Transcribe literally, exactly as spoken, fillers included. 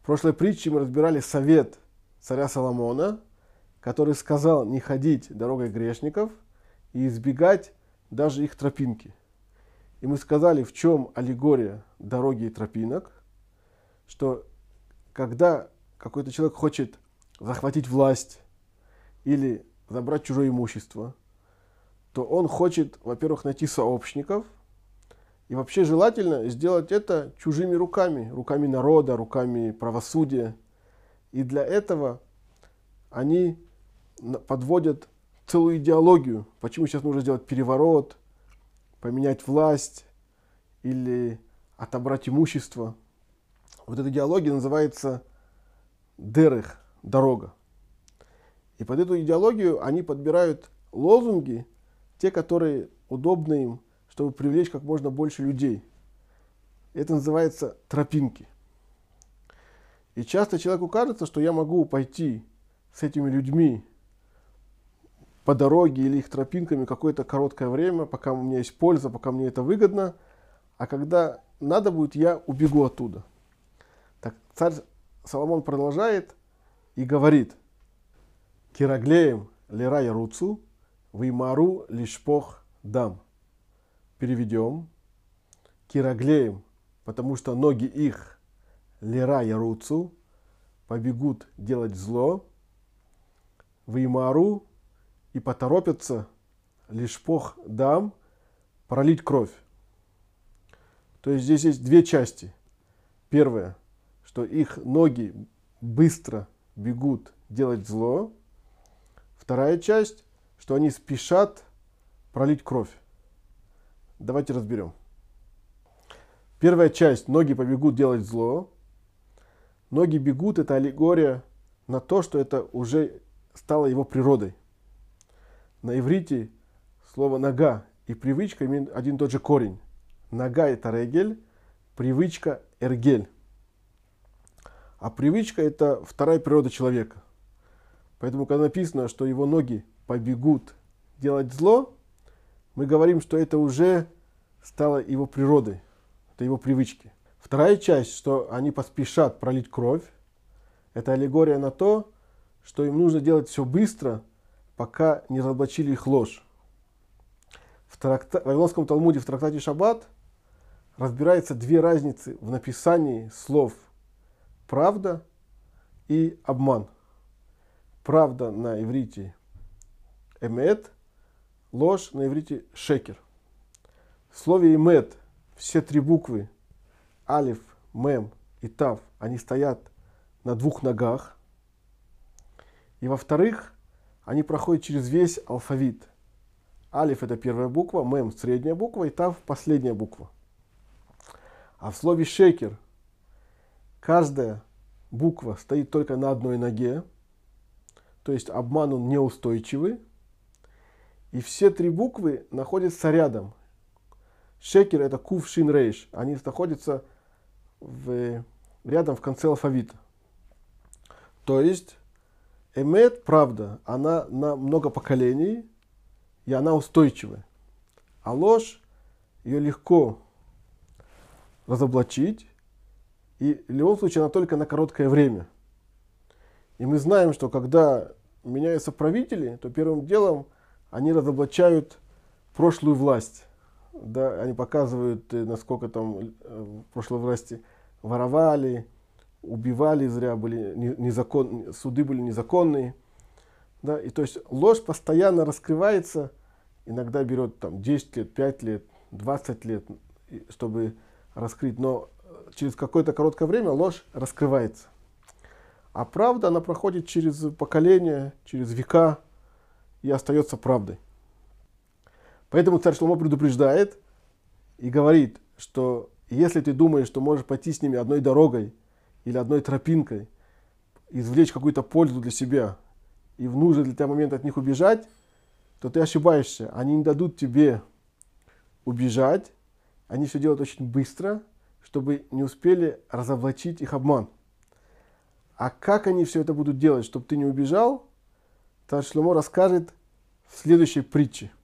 прошлой притче мы разбирали совет царя Соломона, который сказал не ходить дорогой грешников и избегать даже их тропинки. И мы сказали, в чем аллегория дороги и тропинок, что когда какой-то человек хочет захватить власть или забрать чужое имущество, то он хочет, во-первых, найти сообщников, и вообще желательно сделать это чужими руками, руками народа, руками правосудия. И для этого они подводят целую идеологию, почему сейчас нужно сделать переворот, поменять власть или отобрать имущество. Вот эта идеология называется дерех, дорога. И под эту идеологию они подбирают лозунги, те, которые удобны им, чтобы привлечь как можно больше людей. Это называется тропинки. И часто человеку кажется, что я могу пойти с этими людьми по дороге или их тропинками какое-то короткое время, пока у меня есть польза, пока мне это выгодно, а когда надо будет, я убегу оттуда. Так царь Соломон продолжает и говорит: «Кираглеем лера яруцу, веймару лишпох дам». Переведем. Кираглеем, потому что ноги их лера яруцу, побегут делать зло, веймару, и поторопятся лишпох дам, пролить кровь. То есть здесь есть две части. Первое, что их ноги быстро бегут делать зло. Вторая часть, что они спешат пролить кровь. Давайте разберем. Первая часть, ноги побегут делать зло. Ноги бегут, это аллегория на то, что это уже стало его природой. На иврите слово нога и привычка имеют один и тот же корень. Нога это регель, привычка эргель. А привычка это вторая природа человека. Поэтому, когда написано, что его ноги побегут делать зло, мы говорим, что это уже стало его природой, это его привычки. Вторая часть, что они поспешат пролить кровь, это аллегория на то, что им нужно делать все быстро, пока не разоблачили их ложь. В, тракта... в Вавилонском Талмуде в трактате Шаббат разбирается две разницы в написании слов правда и обман. Правда на иврите эмет, ложь на иврите шекер. В слове эмет все три буквы алиф, мем и тав, они стоят на двух ногах. И во-вторых, они проходят через весь алфавит. Алиф это первая буква, мем средняя буква и тав последняя буква. А в слове шекер каждая буква стоит только на одной ноге, то есть обман он неустойчивый. И все три буквы находятся рядом. Шекер это кув, шин, рейш. Они находятся в, рядом в конце алфавита. То есть эмет, правда, она на много поколений, и она устойчивая. А ложь, ее легко разоблачить, и в любом случае она только на короткое время. И мы знаем, что когда меняются правители, то первым делом они разоблачают прошлую власть. Да, они показывают, насколько там в прошлой власти воровали, убивали зря, были незакон, суды были незаконные. Да, и то есть ложь постоянно раскрывается, иногда берет там десять лет, пять лет, двадцать лет, чтобы раскрыть, но через какое-то короткое время ложь раскрывается. А правда, она проходит через поколения, через века и остается правдой. Поэтому царь Шломо предупреждает и говорит, что если ты думаешь, что можешь пойти с ними одной дорогой или одной тропинкой, извлечь какую-то пользу для себя и в нужный для тебя момент от них убежать, то ты ошибаешься. Они не дадут тебе убежать, они все делают очень быстро, чтобы не успели разоблачить их обман. А как они все это будут делать, чтобы ты не убежал, царь Шломо расскажет в следующей притче.